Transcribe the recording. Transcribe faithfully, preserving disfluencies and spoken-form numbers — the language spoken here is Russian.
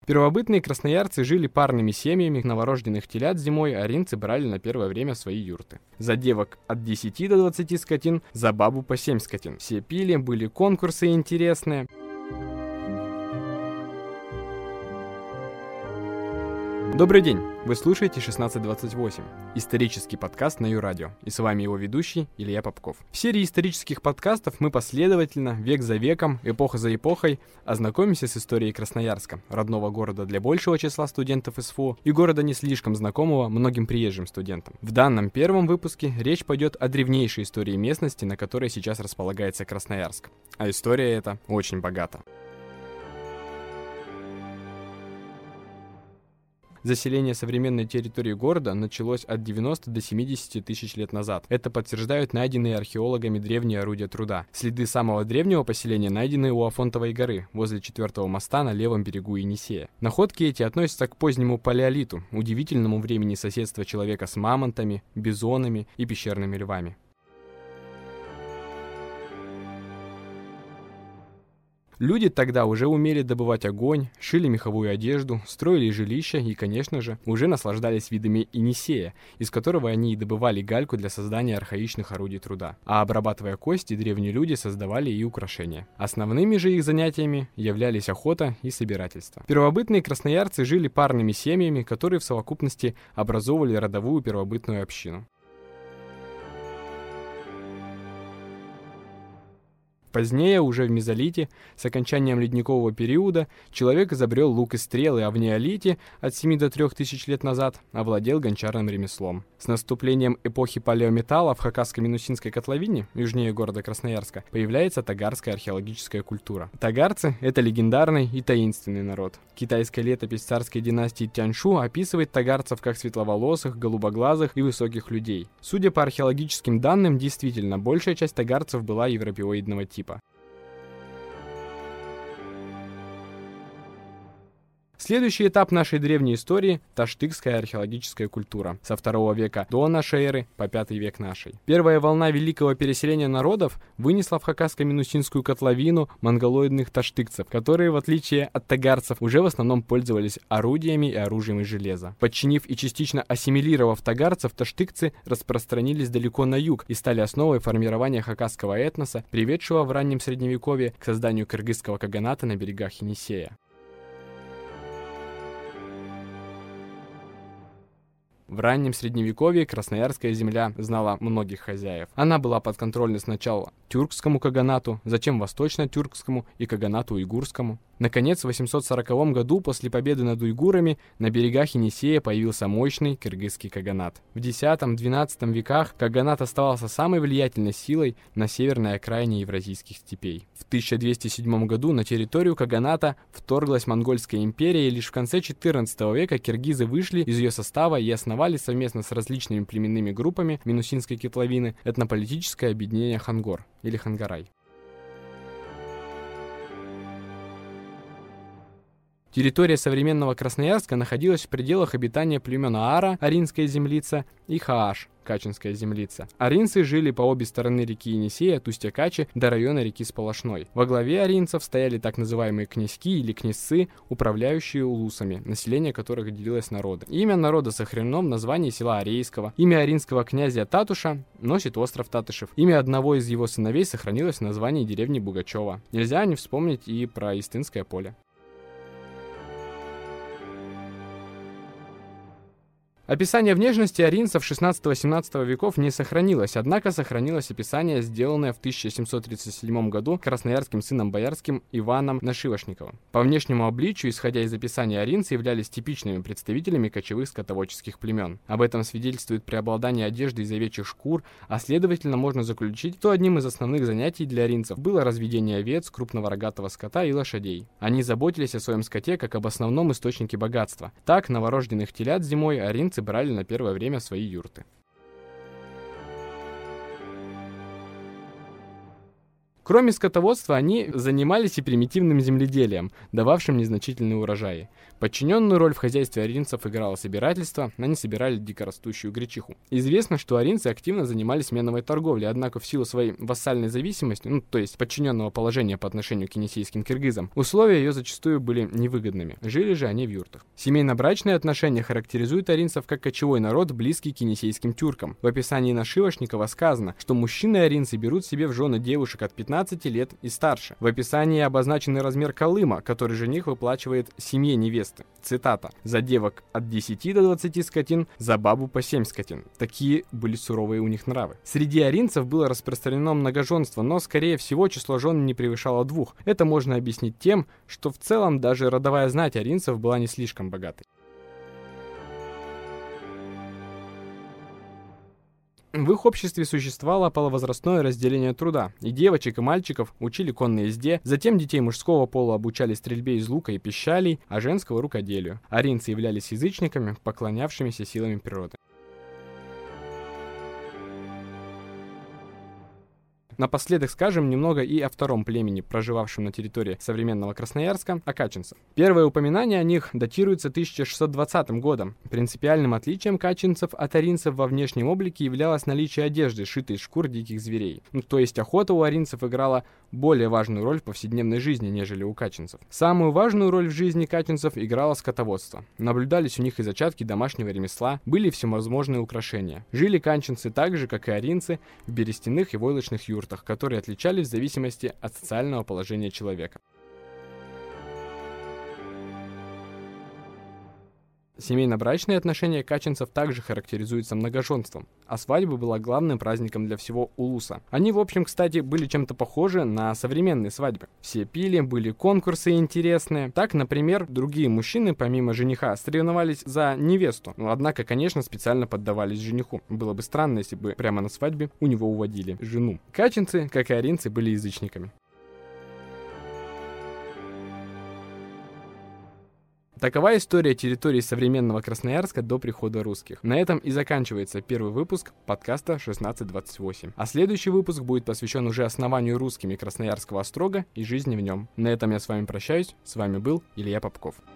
Первобытные красноярцы жили парными семьями, новорожденных телят зимой аринцы брали на первое время в свои юрты. За девок от десяти до двадцати скотин, за бабу по семь скотин. Все пили, были конкурсы интересные. Добрый день! Вы слушаете шестнадцать двадцать восемь, исторический подкаст на Юрадио, и с вами его ведущий Илья Попков. В серии исторических подкастов мы последовательно, век за веком, эпоха за эпохой, ознакомимся с историей Красноярска, родного города для большего числа студентов СФУ и города не слишком знакомого многим приезжим студентам. В данном первом выпуске речь пойдет о древнейшей истории местности, на которой сейчас располагается Красноярск. А история эта очень богата. Заселение современной территории города началось от девяноста до семидесяти тысяч лет назад. Это подтверждают найденные археологами древние орудия труда. Следы самого древнего поселения найдены у Афонтовой горы, возле четвертого моста на левом берегу Енисея. Находки эти относятся к позднему палеолиту, удивительному времени соседства человека с мамонтами, бизонами и пещерными львами. Люди тогда уже умели добывать огонь, шили меховую одежду, строили жилища и, конечно же, уже наслаждались видами Енисея, из которого они и добывали гальку для создания архаичных орудий труда. А обрабатывая кости, древние люди создавали и украшения. Основными же их занятиями являлись охота и собирательство. Первобытные красноярцы жили парными семьями, которые в совокупности образовывали родовую первобытную общину. Позднее, уже в мезолите, с окончанием ледникового периода, человек изобрел лук и стрелы, а в неолите, от семи до трёх тысяч лет назад, овладел гончарным ремеслом. С наступлением эпохи палеометалла в Хакаско-Минусинской котловине, южнее города Красноярска, появляется тагарская археологическая культура. Тагарцы — это легендарный и таинственный народ. Китайская летопись царской династии Тяньшу описывает тагарцев как светловолосых, голубоглазых и высоких людей. Судя по археологическим данным, действительно, большая часть тагарцев была европеоидного типа. Следующий этап нашей древней истории – таштыкская археологическая культура со второго века до нашей эры по пятый век нашей. Первая волна великого переселения народов вынесла в Хакаско-Минусинскую котловину монголоидных таштыкцев, которые, в отличие от тагарцев, уже в основном пользовались орудиями и оружием из железа. Подчинив и частично ассимилировав тагарцев, таштыкцы распространились далеко на юг и стали основой формирования хакасского этноса, приведшего в раннем средневековье к созданию кыргызского каганата на берегах Енисея. В раннем средневековье Красноярская земля знала многих хозяев. Она была подконтрольна сначала тюркскому каганату, затем восточно-тюркскому и каганату уйгурскому. Наконец, в восемьсот сороковом году, после победы над уйгурами, на берегах Енисея появился мощный кыргызский каганат. В десятом-двенадцатом веках каганат оставался самой влиятельной силой на северной окраине евразийских степей. В тысяча двести седьмом году на территорию каганата вторглась Монгольская империя, и лишь в конце четырнадцатого века киргизы вышли из ее состава и основали совместно с различными племенными группами Минусинской котловины этнополитическое объединение Хангор или Хангарай. Территория современного Красноярска находилась в пределах обитания племен Аара, Аринская землица, и Хааш, Качинская землица. Аринцы жили по обе стороны реки Енисея от устья Качи до района реки Сполошной. Во главе аринцев стояли так называемые князьки или князцы, управляющие улусами, население которых делилось на роды. Имя народа сохранено в названии села Арейского. Имя аринского князя Татуша носит остров Татышев. Имя одного из его сыновей сохранилось в названии деревни Бугачева. Нельзя не вспомнить и про Истынское поле. Описание внешности аринцев шестнадцатого-семнадцатого веков не сохранилось, однако сохранилось описание, сделанное в тысяча семьсот тридцать седьмом году красноярским сыном боярским Иваном Нашивошниковым. По внешнему обличию, исходя из описания, аринцы являлись типичными представителями кочевых скотоводческих племен. Об этом свидетельствует преобладание одежды из овечьих шкур, а следовательно можно заключить, что одним из основных занятий для аринцев было разведение овец, крупного рогатого скота и лошадей. Они заботились о своем скоте как об основном источнике богатства. Так, новорожденных телят зимой аринцы брали на первое время свои юрты. Кроме скотоводства, они занимались и примитивным земледелием, дававшим незначительные урожаи. Подчиненную роль в хозяйстве аринцев играло собирательство, они собирали дикорастущую гречиху. Известно, что аринцы активно занимались меновой торговлей, однако в силу своей вассальной зависимости, ну, то есть подчиненного положения по отношению к енисейским киргизам, условия ее зачастую были невыгодными. Жили же они в юртах. Семейно-брачные отношения характеризуют аринцев как кочевой народ, близкий к енисейским тюркам. В описании Нашивошникова сказано, что мужчины-аринцы берут себе в жены девушек от пятнадцати лет и старше. В описании обозначен размер колыма, который жених выплачивает семье невесты. Цитата. «За девок от десяти до двадцати скотин, за бабу по семь скотин». Такие были суровые у них нравы. Среди аринцев было распространено многоженство, но, скорее всего, число жен не превышало двух. Это можно объяснить тем, что в целом даже родовая знать аринцев была не слишком богатой. В их обществе существовало половозрастное разделение труда, и девочек и мальчиков учили конной езде, затем детей мужского пола обучали стрельбе из лука и пищалей, а женского — рукоделию. Аринцы являлись язычниками, поклонявшимися силами природы. Напоследок скажем немного и о втором племени, проживавшем на территории современного Красноярска, о качинцах. Первое упоминание о них датируется тысяча шестьсот двадцатым годом. Принципиальным отличием качинцев от аринцев во внешнем облике являлось наличие одежды, шитой из шкур диких зверей. Ну, то есть охота у аринцев играла более важную роль в повседневной жизни, нежели у качинцев. Самую важную роль в жизни качинцев играло скотоводство. Наблюдались у них и зачатки домашнего ремесла, были всевозможные украшения. Жили качинцы так же, как и аринцы, в берестяных и войлочных юртах, которые отличались в зависимости от социального положения человека. Семейно-брачные отношения качинцев также характеризуются многоженством, а свадьба была главным праздником для всего улуса. Они, в общем, кстати, были чем-то похожи на современные свадьбы. Все пили, были конкурсы интересные. Так, например, другие мужчины, помимо жениха, соревновались за невесту. Но, однако, конечно, специально поддавались жениху. Было бы странно, если бы прямо на свадьбе у него уводили жену. Качинцы, как и аринцы, были язычниками. Такова история территории современного Красноярска до прихода русских. На этом и заканчивается первый выпуск подкаста шестнадцать двадцать восемь. А следующий выпуск будет посвящен уже основанию русскими Красноярского острога и жизни в нем. На этом я с вами прощаюсь. С вами был Илья Попков.